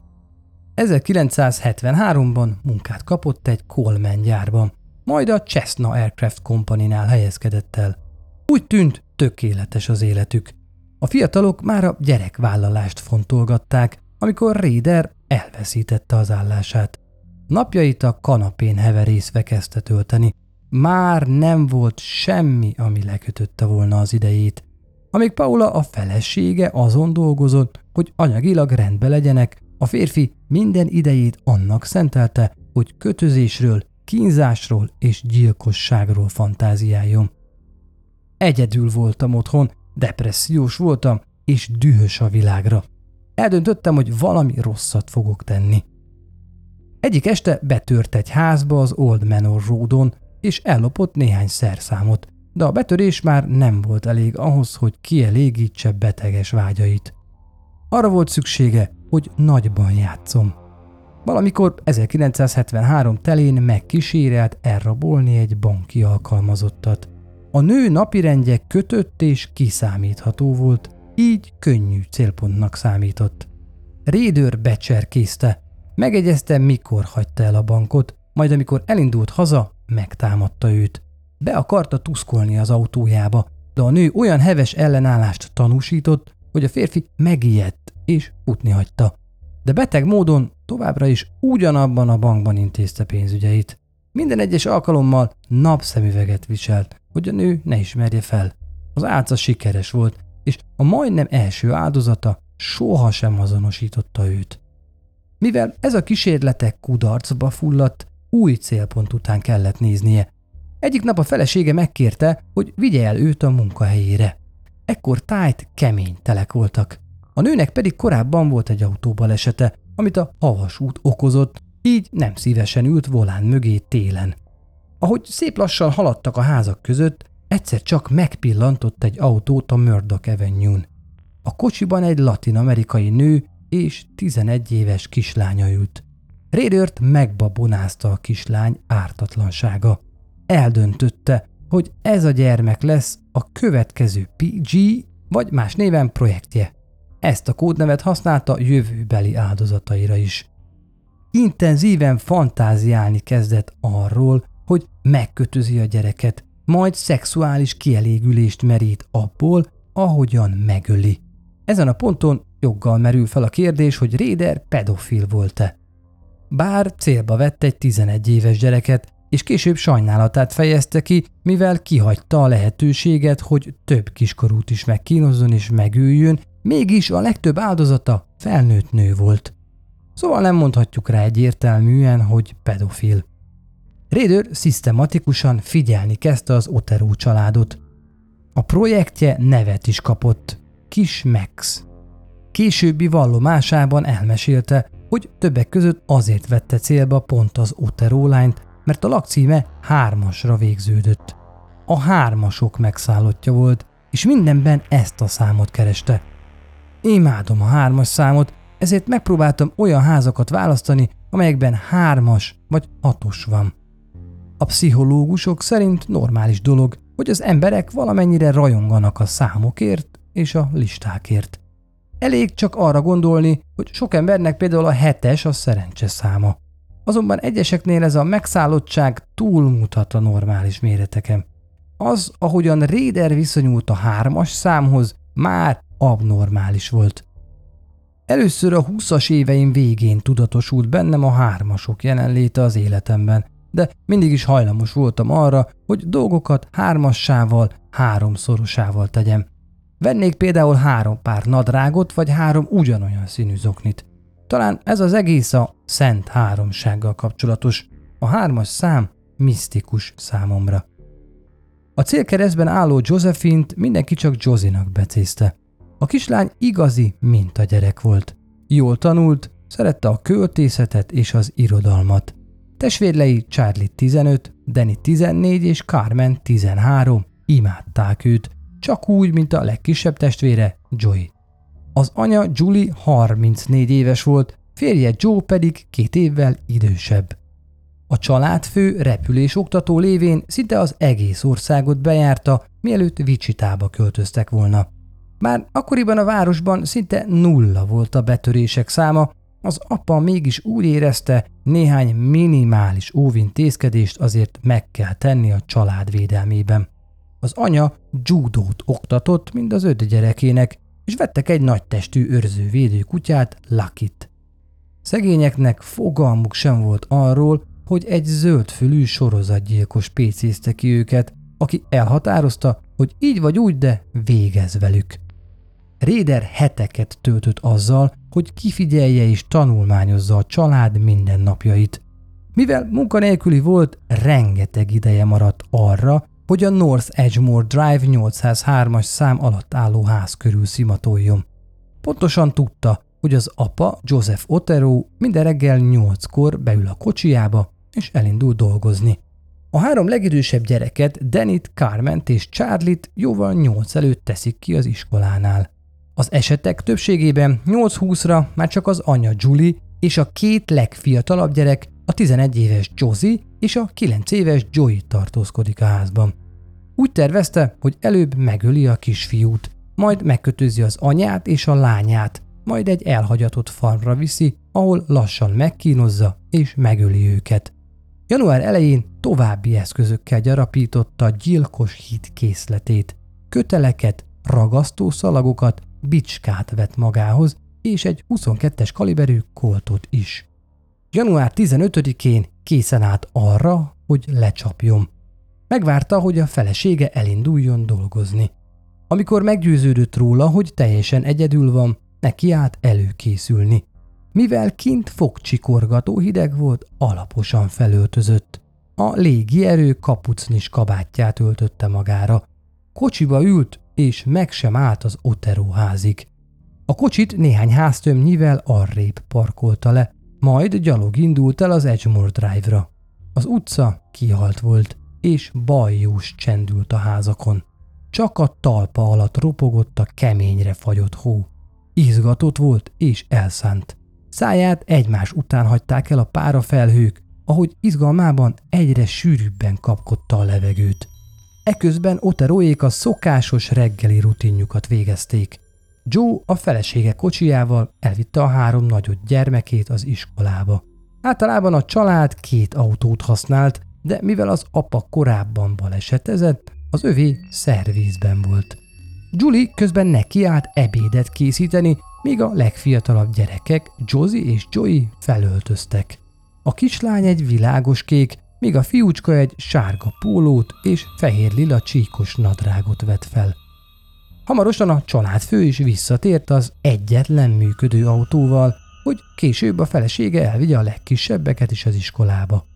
ezerkilencszázhetvenháromban munkát kapott egy Coleman gyárban, majd a Cessna Aircraft Company-nál helyezkedett el. Úgy tűnt, tökéletes az életük. A fiatalok már a gyerekvállalást fontolgatták, amikor Rader elveszítette az állását. Napjait a kanapén heverészve kezdte tölteni. Már nem volt semmi, ami lekötötte volna az idejét. Amíg Paula, a felesége, azon dolgozott, hogy anyagilag rendbe legyenek, a férfi minden idejét annak szentelte, hogy kötözésről, kínzásról és gyilkosságról fantáziáljon. Egyedül voltam otthon, depressziós voltam, és dühös a világra. Eldöntöttem, hogy valami rosszat fogok tenni. Egyik este betört egy házba az Old Manor Roadon, és ellopott néhány szerszámot, de a betörés már nem volt elég ahhoz, hogy kielégítse beteges vágyait. Arra volt szüksége, hogy nagyban játszom. Valamikor ezerkilencszázhetvenhárom telén megkísérelt elrabolni egy banki alkalmazottat. A nő napirendje kötött és kiszámítható volt, így könnyű célpontnak számított. Rader becserkészte, megegyezte, mikor hagyta el a bankot, majd amikor elindult haza, megtámadta őt. Be akarta tuszkolni az autójába, de a nő olyan heves ellenállást tanúsított, hogy a férfi megijedt és futni hagyta. De beteg módon továbbra is ugyanabban a bankban intézte pénzügyeit. Minden egyes alkalommal napszemüveget viselt, hogy a nő ne ismerje fel. Az álca sikeres volt, és a majdnem első áldozata sohasem azonosította őt. Mivel ez a kísérlete kudarcba fulladt, új célpont után kellett néznie. Egyik nap a felesége megkérte, hogy vigye el őt a munkahelyére. Ekkor tájt kemény telek voltak. A nőnek pedig korábban volt egy autóbalesete, amit a havas út okozott, így nem szívesen ült volán mögé télen. Ahogy szép lassan haladtak a házak között, egyszer csak megpillantott egy autót a Murdoch Avenue-n. A kocsiban egy latin-amerikai nő és tizenegy éves kislánya ült. Radert megbabonázta a kislány ártatlansága. Eldöntötte, hogy ez a gyermek lesz a következő pé gé, vagy más néven projektje. Ezt a kódnevet használta jövőbeli áldozataira is. Intenzíven fantáziálni kezdett arról, hogy megkötözi a gyereket, majd szexuális kielégülést merít abból, ahogyan megöli. Ezen a ponton joggal merül fel a kérdés, hogy Rader pedofil volt-e. Bár célba vett egy tizenegy éves gyereket, és később sajnálatát fejezte ki, mivel kihagyta a lehetőséget, hogy több kiskorút is megkínozzon és megöljön, mégis a legtöbb áldozata felnőtt nő volt. Szóval nem mondhatjuk rá egyértelműen, hogy pedofil. Rader szisztematikusan figyelni kezdte az Otero családot. A projektje nevet is kapott, Kis Max. Későbbi vallomásában elmesélte, hogy többek között azért vette célba pont az Otero lányt, mert a lakcíme hármasra végződött. A hármasok megszállottja volt, és mindenben ezt a számot kereste. Imádom a hármas számot, ezért megpróbáltam olyan házakat választani, amelyekben hármas vagy hatos van. A pszichológusok szerint normális dolog, hogy az emberek valamennyire rajonganak a számokért és a listákért. Elég csak arra gondolni, hogy sok embernek például a hetes a szerencse száma. Azonban egyeseknél ez a megszállottság túlmutat a normális méreteken. Az, ahogyan Rader viszonyult a hármas számhoz, már abnormális volt. Először a húszas éveim végén tudatosult bennem a hármasok jelenléte az életemben, de mindig is hajlamos voltam arra, hogy dolgokat hármassával, háromszorosával tegyem. Vennék például három pár nadrágot, vagy három ugyanolyan színű zoknit. Talán ez az egész a szent háromsággal kapcsolatos. A hármas szám misztikus számomra. A célkeresztben álló Josephine-t mindenki csak Josie-nak becézte. A kislány igazi mintagyerek volt. Jól tanult, szerette a költészetet és az irodalmat. Testvérlei Charlie tizenöt, Danny tizennégy és Carmen tizenhárom imádták őt, csak úgy, mint a legkisebb testvére Joey. Az anya Julie harmincnégy éves volt, férje Joe pedig két évvel idősebb. A családfő repülésoktató lévén szinte az egész országot bejárta, mielőtt Wichitába költöztek volna. Bár akkoriban a városban szinte nulla volt a betörések száma, az apa mégis úgy érezte, néhány minimális óvintézkedést azért meg kell tenni a család védelmében. Az anya judót oktatott mind az öt gyerekének, és vettek egy nagytestű őrző-védő kutyát, Lucky-t. Szegényeknek fogalmuk sem volt arról, hogy egy zöldfülű sorozatgyilkos pécézte ki őket, aki elhatározta, hogy így vagy úgy, de végez velük. Rader heteket töltött azzal, hogy kifigyelje és tanulmányozza a család mindennapjait. Mivel munkanélküli volt, rengeteg ideje maradt arra, hogy a North Edgemoor Drive nyolcszázhármas szám alatt álló ház körül szimatoljon. Pontosan tudta, hogy az apa, Joseph Otero minden reggel nyolckor beül a kocsijába és elindul dolgozni. A három legidősebb gyereket, Dannyt, Carment és Charlie-t jóval nyolc előtt teszik ki az iskolánál. Az esetek többségében nyolc-húszra már csak az anya Julie és a két legfiatalabb gyerek, a tizenegy éves Josie és a kilenc éves Joey tartózkodik a házban. Úgy tervezte, hogy előbb megöli a kisfiút, majd megkötözi az anyát és a lányát, majd egy elhagyatott farmra viszi, ahol lassan megkínozza és megöli őket. Január elején további eszközökkel gyarapította gyilkos hit készletét, köteleket, ragasztó szalagokat, bicskát vett magához, és egy huszonkettes kaliberű koltot is. Január tizenötödikén készen állt arra, hogy lecsapjon. Megvárta, hogy a felesége elinduljon dolgozni. Amikor meggyőződött róla, hogy teljesen egyedül van, neki állt előkészülni. Mivel kint fogcsikorgató hideg volt, alaposan felöltözött. A légierő kapucnis kabátját öltötte magára. Kocsiba ült, és meg sem állt az Otero házig. A kocsit néhány háztömnyivel arrébb parkolta le, majd gyalog indult el az Edgemoor Drive-ra. Az utca kihalt volt, és bajós csendült a házakon. Csak a talpa alatt ropogott a keményre fagyott hó. Izgatott volt és elszánt. Száját egymás után hagyták el a párafelhők, ahogy izgalmában egyre sűrűbben kapkodta a levegőt. Eközben Oteroék a szokásos reggeli rutinjukat végezték. Joe a felesége kocsijával elvitte a három nagyobb gyermekét az iskolába. Általában a család két autót használt, de mivel az apa korábban balesetezett, az övé szervízben volt. Julie közben nekiállt ebédet készíteni, míg a legfiatalabb gyerekek, Josie és Joey felöltöztek. A kislány egy világos kék, míg a fiúcska egy sárga pólót és fehér-lila csíkos nadrágot vett fel. Hamarosan a családfő is visszatért az egyetlen működő autóval, hogy később a felesége elvigye a legkisebbeket is az iskolába.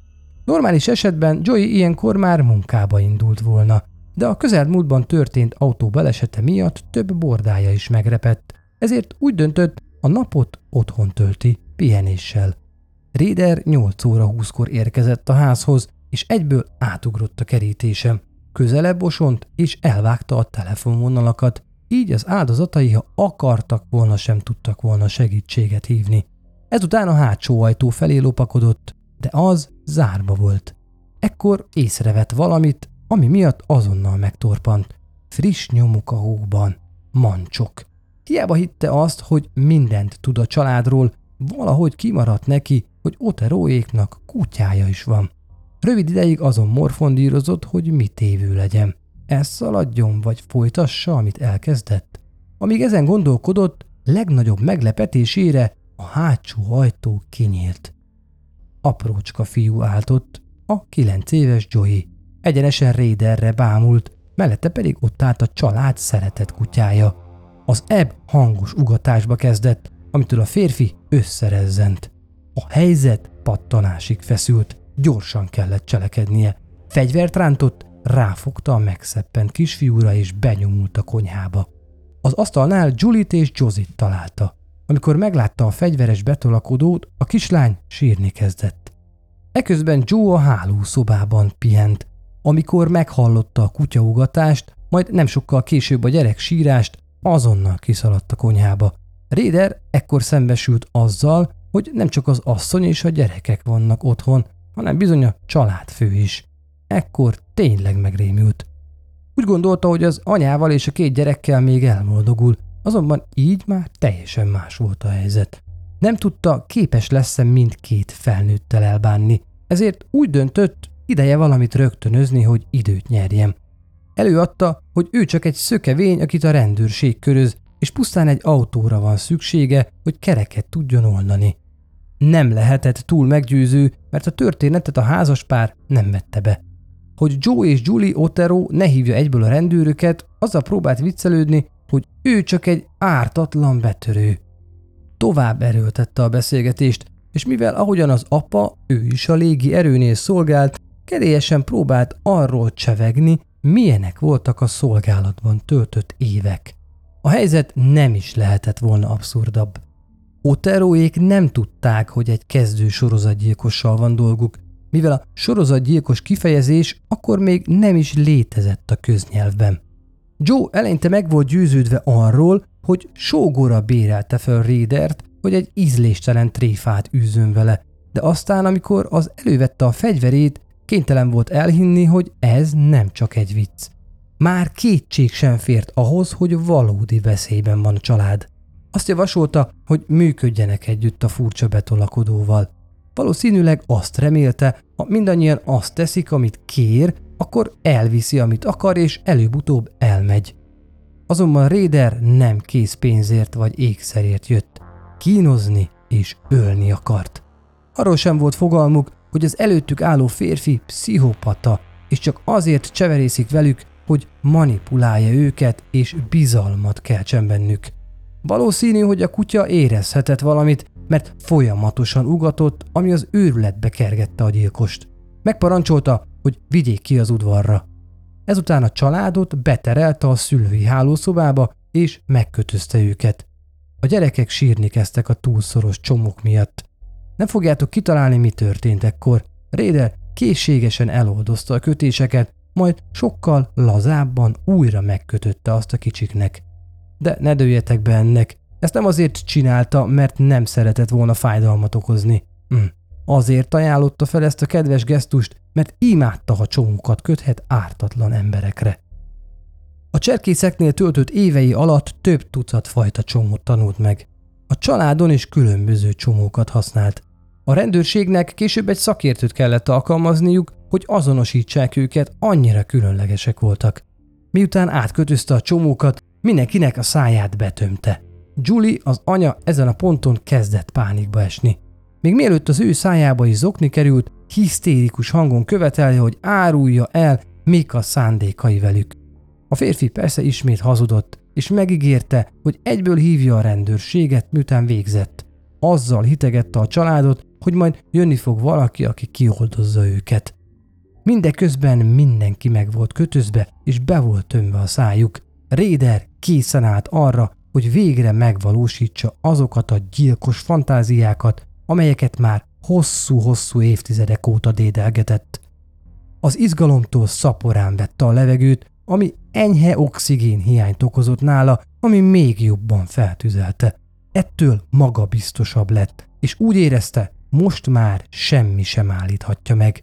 Normális esetben Joey ilyenkor már munkába indult volna, de a közelmúltban történt autóbalesete miatt több bordája is megrepett, ezért úgy döntött, a napot otthon tölti, pihenéssel. Rader nyolc óra húszkor érkezett a házhoz, és egyből átugrott a kerítésem. Közelebb osont, és elvágta a telefonvonalakat, így az áldozatai, ha akartak volna, sem tudtak volna segítséget hívni. Ezután a hátsó ajtó felé lopakodott, de az zárva volt. Ekkor észrevett valamit, ami miatt azonnal megtorpant. Friss nyomuk a hóban. Mancsok. Hiába hitte azt, hogy mindent tud a családról, valahogy kimaradt neki, hogy Oteroéknak kutyája is van. Rövid ideig azon morfondírozott, hogy mit tévő legyen. Ez szaladjon, vagy folytassa, amit elkezdett. Amíg ezen gondolkodott, legnagyobb meglepetésére a hátsó ajtó kinyílt. Aprócska fiú állt ott, a kilenc éves Joey. Egyenesen Raderre bámult, mellette pedig ott állt a család szeretett kutyája. Az ebb hangos ugatásba kezdett, amitől a férfi összerezzent. A helyzet pattanásig feszült, gyorsan kellett cselekednie. Fegyvert rántott, ráfogta a megszeppent kisfiúra és benyomult a konyhába. Az asztalnál Julie-t és Josie-t találta. Amikor meglátta a fegyveres betolakodót, a kislány sírni kezdett. Eközben Joe a hálószobában pihent. Amikor meghallotta a kutyaugatást, majd nem sokkal később a gyerek sírást, azonnal kiszaladt a konyhába. Rader ekkor szembesült azzal, hogy nem csak az asszony és a gyerekek vannak otthon, hanem bizony a családfő is. Ekkor tényleg megrémült. Úgy gondolta, hogy az anyával és a két gyerekkel még elboldogul, azonban így már teljesen más volt a helyzet. Nem tudta, képes lesz-e mindkét felnőttel elbánni, ezért úgy döntött, ideje valamit rögtönözni, hogy időt nyerjen. Előadta, hogy ő csak egy szökevény, akit a rendőrség köröz, és pusztán egy autóra van szüksége, hogy kereket tudjon oldani. Nem lehetett túl meggyőző, mert a történetet a házaspár nem vette be. Hogy Joe és Julie Otero ne hívja egyből a rendőröket, azzal próbált viccelődni, hogy ő csak egy ártatlan betörő. Tovább erőltette a beszélgetést, és mivel ahogyan az apa, ő is a légi erőnél szolgált, kedélyesen próbált arról csevegni, milyenek voltak a szolgálatban töltött évek. A helyzet nem is lehetett volna abszurdabb. Oteroék nem tudták, hogy egy kezdő sorozatgyilkossal van dolguk, mivel a sorozatgyilkos kifejezés akkor még nem is létezett a köznyelvben. Joe eleinte meg volt győződve arról, hogy sógora bérelte fel Radert, hogy egy ízléstelen tréfát űzzön vele, de aztán, amikor az elővette a fegyverét, kénytelen volt elhinni, hogy ez nem csak egy vicc. Már kétség sem fért ahhoz, hogy valódi veszélyben van a család. Azt javasolta, hogy működjenek együtt a furcsa betolakodóval. Valószínűleg azt remélte, ha mindannyian azt teszik, amit kér, akkor elviszi, amit akar, és előbb-utóbb elmegy. Azonban Rader nem készpénzért vagy ékszerért jött. Kínozni és ölni akart. Arról sem volt fogalmuk, hogy az előttük álló férfi pszichopata, és csak azért cseverészik velük, hogy manipulálja őket és bizalmat keltsen bennük. Valószínű, hogy a kutya érezhetett valamit, mert folyamatosan ugatott, ami az őrületbe kergette a gyilkost. Megparancsolta, hogy vigyék ki az udvarra. Ezután a családot beterelte a szülői hálószobába, és megkötözte őket. A gyerekek sírni kezdtek a túlszoros csomók miatt. Nem fogjátok kitalálni, mi történt ekkor. Rader készségesen eloldozta a kötéseket, majd sokkal lazábban újra megkötötte azt a kicsiknek. De ne dőljetek be ennek. Ezt nem azért csinálta, mert nem szeretett volna fájdalmat okozni. Hm. Azért ajánlotta fel ezt a kedves gesztust, mert imádta, ha csomókat köthet ártatlan emberekre. A cserkészeknél töltött évei alatt több tucat fajta csomót tanult meg. A családon is különböző csomókat használt. A rendőrségnek később egy szakértőt kellett alkalmazniuk, hogy azonosítsák őket, annyira különlegesek voltak. Miután átkötözte a csomókat, mindenkinek a száját betömte. Julie, az anya, ezen a ponton kezdett pánikba esni. Még mielőtt az ő szájába is zokni került, hisztérikus hangon követelje, hogy árulja el, mik a szándékai velük. A férfi persze ismét hazudott, és megígérte, hogy egyből hívja a rendőrséget, miután végzett. Azzal hitegette a családot, hogy majd jönni fog valaki, aki kioldozza őket. Mindeközben mindenki meg volt kötözve, és be volt tömve a szájuk. Raider készen állt arra, hogy végre megvalósítsa azokat a gyilkos fantáziákat, amelyeket már hosszú-hosszú évtizedek óta dédelgetett. Az izgalomtól szaporán vette a levegőt, ami enyhe oxigén hiányt okozott nála, ami még jobban feltüzelte. Ettől magabiztosabb lett, és úgy érezte, most már semmi sem állíthatja meg.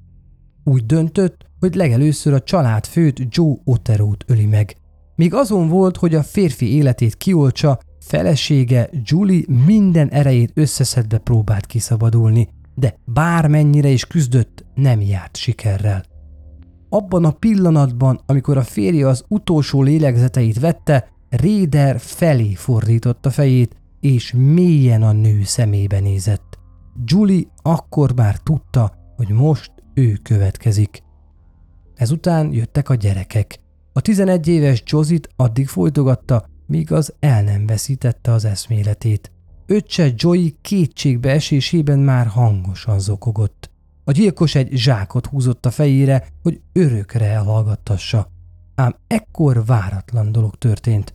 Úgy döntött, hogy legelőször a család főt, Joe Oterót öli meg. Míg azon volt, hogy a férfi életét kioltsa, felesége Julie minden erejét összeszedve próbált kiszabadulni, de bármennyire is küzdött, nem járt sikerrel. Abban a pillanatban, amikor a férje az utolsó lélegzeteit vette, Raider felé fordította fejét, és mélyen a nő szemébe nézett. Julie akkor már tudta, hogy most ő következik. Ezután jöttek a gyerekek. A tizenegy éves Josie-t addig folytogatta, míg az el nem veszítette az eszméletét. Öccse Joey kétségbe esésében már hangosan zokogott. A gyilkos egy zsákot húzott a fejére, hogy örökre elhallgattassa. Ám ekkor váratlan dolog történt.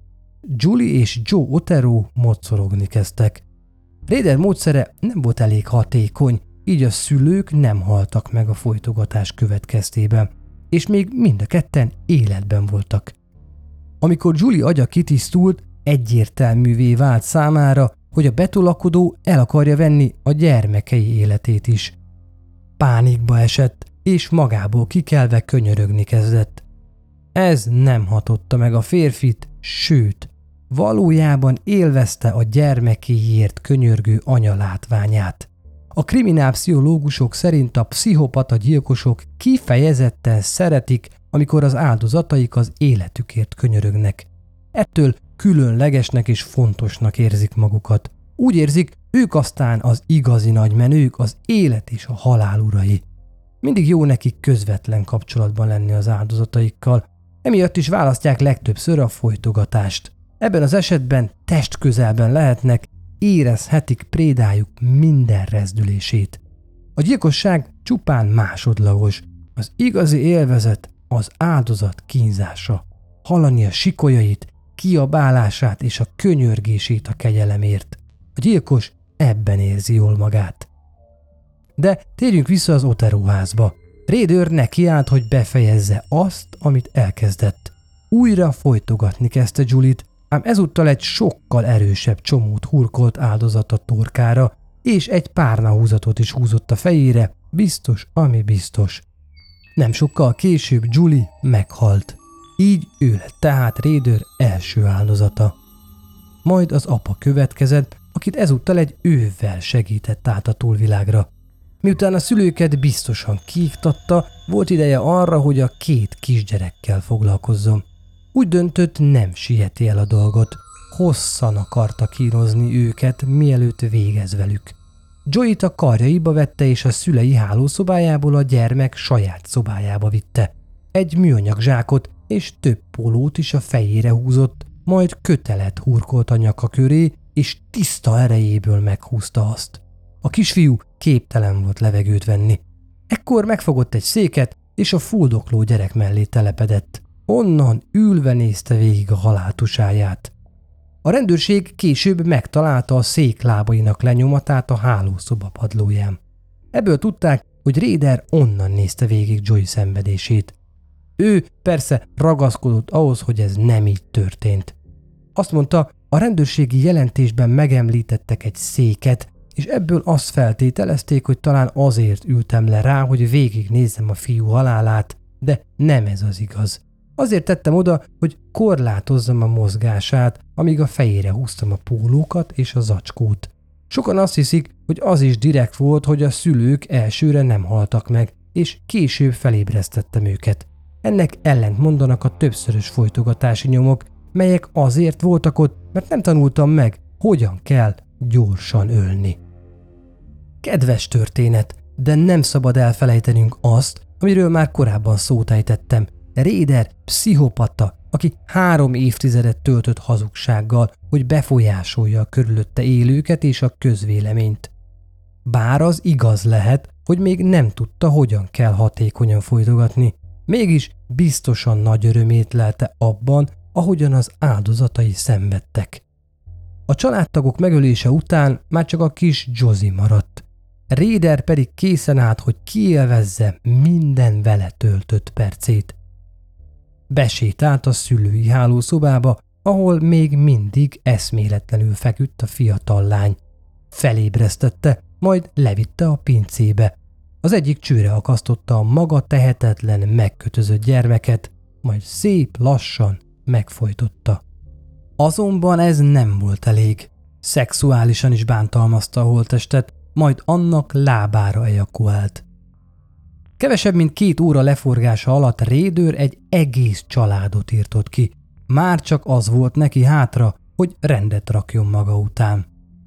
Julie és Joe Otero mocorogni kezdtek. Raider módszere nem volt elég hatékony, így a szülők nem haltak meg a folytogatás következtében, és még mind a ketten életben voltak. Amikor Julie agya kitisztult, egyértelművé vált számára, hogy a betolakodó el akarja venni a gyermekei életét is. Pánikba esett, és magából kikelve könyörögni kezdett. Ez nem hatotta meg a férfit, sőt, valójában élvezte a gyermekéért könyörgő anya látványát. A kriminálpszichológusok szerint a pszichopata gyilkosok kifejezetten szeretik, amikor az áldozataik az életükért könyörögnek. Ettől különlegesnek és fontosnak érzik magukat. Úgy érzik, ők aztán az igazi nagymenők, az élet és a halál urai. Mindig jó nekik közvetlen kapcsolatban lenni az áldozataikkal, emiatt is választják legtöbbször a folytogatást. Ebben az esetben testközelben lehetnek, érezhetik prédájuk minden rezdülését. A gyilkosság csupán másodlagos, az igazi élvezet az áldozat kínzása. Hallani a sikolyait, kiabálását és a könyörgését a kegyelemért. A gyilkos ebben érzi jól magát. De térjünk vissza az Otero házba. Raider nekiállt, hogy befejezze azt, amit elkezdett. Újra folytogatni kezdte Julie-t, ám ezúttal egy sokkal erősebb csomót hurkolt áldozat a torkára, és egy párnahúzatot is húzott a fejére, biztos, ami biztos. Nem sokkal később Julie meghalt. Így ő lett tehát Raider első áldozata. Majd az apa következett, akit ezúttal egy ővvel segített át a túlvilágra. Miután a szülőket biztosan kiiktatta, volt ideje arra, hogy a két kisgyerekkel foglalkozzon. Úgy döntött, nem sieti el a dolgot. Hosszan akarta kínozni őket, mielőtt végez velük. Joey-t a karjaiba vette, és a szülei hálószobájából a gyermek saját szobájába vitte. Egy műanyag zsákot és több pólót is a fejére húzott, majd kötelet hurkolt a nyaka köré, és tiszta erejéből meghúzta azt. A kisfiú képtelen volt levegőt venni. Ekkor megfogott egy széket, és a fuldokló gyerek mellé telepedett. Onnan ülve nézte végig a haláltusáját. A rendőrség később megtalálta a szék lábainak lenyomatát a hálószoba padlóján. Ebből tudták, hogy Raider onnan nézte végig Joey szenvedését. Ő persze ragaszkodott ahhoz, hogy ez nem így történt. Azt mondta, a rendőrségi jelentésben megemlítettek egy széket, és ebből azt feltételezték, hogy talán azért ültem le rá, hogy végignézzem a fiú halálát, de nem ez az igaz. Azért tettem oda, hogy korlátozzam a mozgását, amíg a fejére húztam a pólókat és a zacskót. Sokan azt hiszik, hogy az is direkt volt, hogy a szülők elsőre nem haltak meg, és később felébresztettem őket. Ennek ellent mondanak a többszörös folytogatási nyomok, melyek azért voltak ott, mert nem tanultam meg, hogyan kell gyorsan ölni. Kedves történet, de nem szabad elfelejtenünk azt, amiről már korábban szót ejtettem. Raider pszichopata, aki három évtizedet töltött hazugsággal, hogy befolyásolja a körülötte élőket és a közvéleményt. Bár az igaz lehet, hogy még nem tudta, hogyan kell hatékonyan folytogatni, mégis biztosan nagy örömét lelte abban, ahogyan az áldozatai szenvedtek. A családtagok megölése után már csak a kis Josie maradt. Raider pedig készen állt, hogy kiélvezze minden vele töltött percét. Besétált a szülői hálószobába, ahol még mindig eszméletlenül feküdt a fiatal lány. Felébresztette, majd levitte a pincébe. Az egyik csőre akasztotta a maga tehetetlen, megkötözött gyermeket, majd szép lassan megfojtotta. Azonban ez nem volt elég. Szexuálisan is bántalmazta a holttestet, majd annak lábára ejakulált. Kevesebb, mint két óra leforgása alatt Raider egy egész családot írtott ki. Már csak az volt neki hátra, hogy rendet rakjon maga után.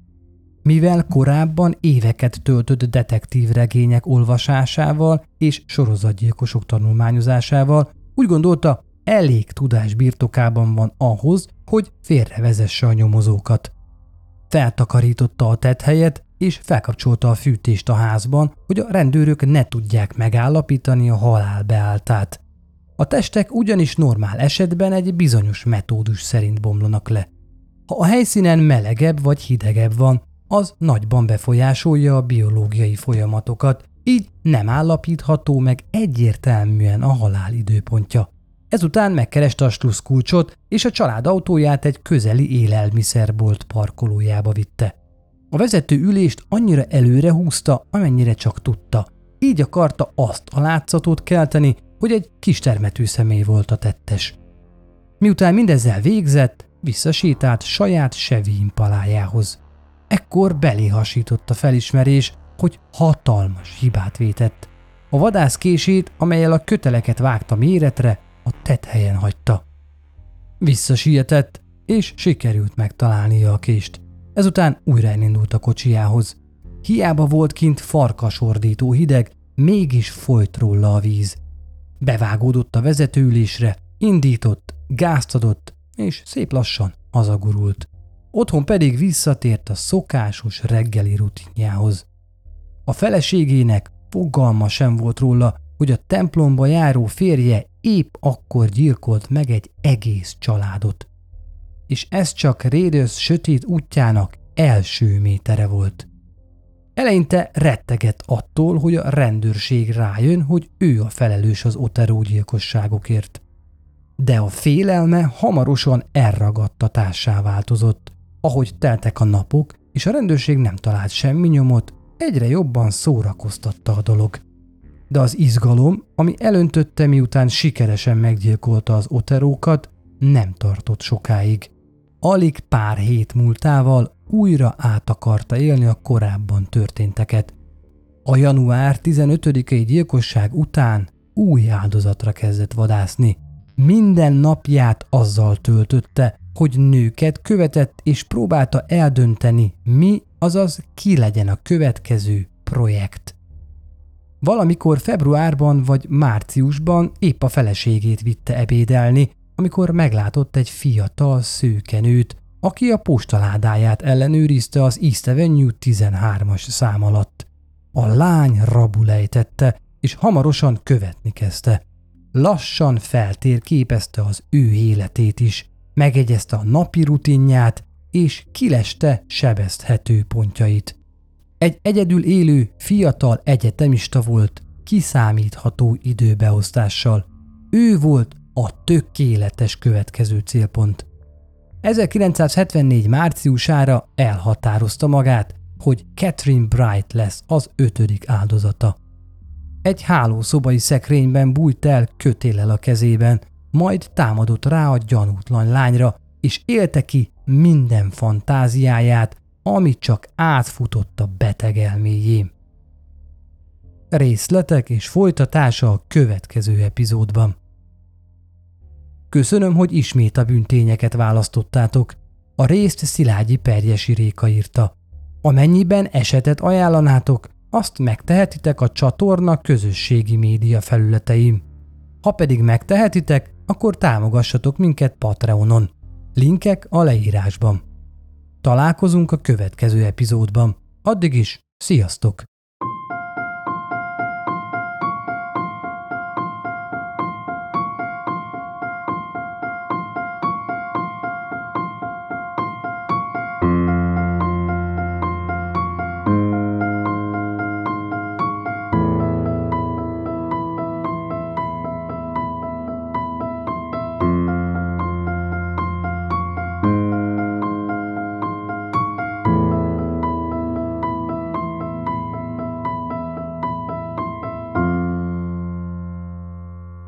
Mivel korábban éveket töltött detektív regények olvasásával és sorozatgyilkosok tanulmányozásával, úgy gondolta, elég tudás birtokában van ahhoz, hogy félrevezesse a nyomozókat. Feltakarította a tetthelyet, és felkapcsolta a fűtést a házban, hogy a rendőrök ne tudják megállapítani a halál beálltát. A testek ugyanis normál esetben egy bizonyos metódus szerint bomlanak le. Ha a helyszínen melegebb vagy hidegebb van, az nagyban befolyásolja a biológiai folyamatokat, így nem állapítható meg egyértelműen a halál időpontja. Ezután megkereste a slusszkulcsot, és a család autóját egy közeli élelmiszerbolt parkolójába vitte. A vezető ülést annyira előre húzta, amennyire csak tudta. Így akarta azt a látszatot kelteni, hogy egy kistermetű személy volt a tettes. Miután mindezzel végzett, visszasétált saját Chevy Impalájához. Ekkor belé hasított a felismerés, hogy hatalmas hibát vétett. A vadászkését, amellyel a köteleket vágta méretre, a tetthelyen hagyta. Visszasietett, és sikerült megtalálnia a kést. Ezután újra elindult a kocsijához. Hiába volt kint farkasordító hideg, mégis folyt róla a víz. Bevágódott a vezetőülésre, indított, gázt adott, és szép lassan hazagurult. Otthon pedig visszatért a szokásos reggeli rutinjához. A feleségének fogalma sem volt róla, hogy a templomba járó férje épp akkor gyilkolt meg egy egész családot. És ez csak Raider sötét útjának első métere volt. Eleinte rettegett attól, hogy a rendőrség rájön, hogy ő a felelős az Otero gyilkosságokért. De a félelme hamarosan elragadtatássá változott. Ahogy teltek a napok, és a rendőrség nem talált semmi nyomot, egyre jobban szórakoztatta a dolog. De az izgalom, ami elöntötte, miután sikeresen meggyilkolta az Oterókat, nem tartott sokáig. Alig pár hét múltával újra át akarta élni a korábban történteket. A január tizenötödikei gyilkosság után új áldozatra kezdett vadászni. Minden napját azzal töltötte, hogy nőket követett és próbálta eldönteni, mi, azaz ki legyen a következő projekt. Valamikor februárban vagy márciusban épp a feleségét vitte ebédelni, amikor meglátott egy fiatal szőkenőt, aki a postaládáját ellenőrizte az East Avenue tizenhármas szám alatt. A lány rabul ejtette, és hamarosan követni kezdte. Lassan feltérképezte az ő életét is, megegyezte a napi rutinját, és kileste sebezhető pontjait. Egy egyedül élő, fiatal egyetemista volt, kiszámítható időbeosztással. Ő volt a tökéletes következő célpont. ezerkilencszázhetvennégy márciusára elhatározta magát, hogy Catherine Bright lesz az ötödik áldozata. Egy hálószobai szekrényben bújt el kötéllel a kezében, majd támadott rá a gyanútlan lányra, és élte ki minden fantáziáját, amit csak átfutott a beteg elméjén. Részletek és folytatása a következő epizódban. Köszönöm, hogy ismét a bűntényeket választottátok. A részt Szilágyi Perjesi Réka írta. Amennyiben esetet ajánlanátok, azt megtehetitek a csatorna közösségi média felületein. Ha pedig megtehetitek, akkor támogassatok minket Patreonon. Linkek a leírásban. Találkozunk a következő epizódban. Addig is Sziasztok!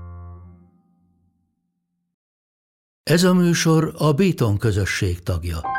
Ez a műsor a Béton közösség tagja.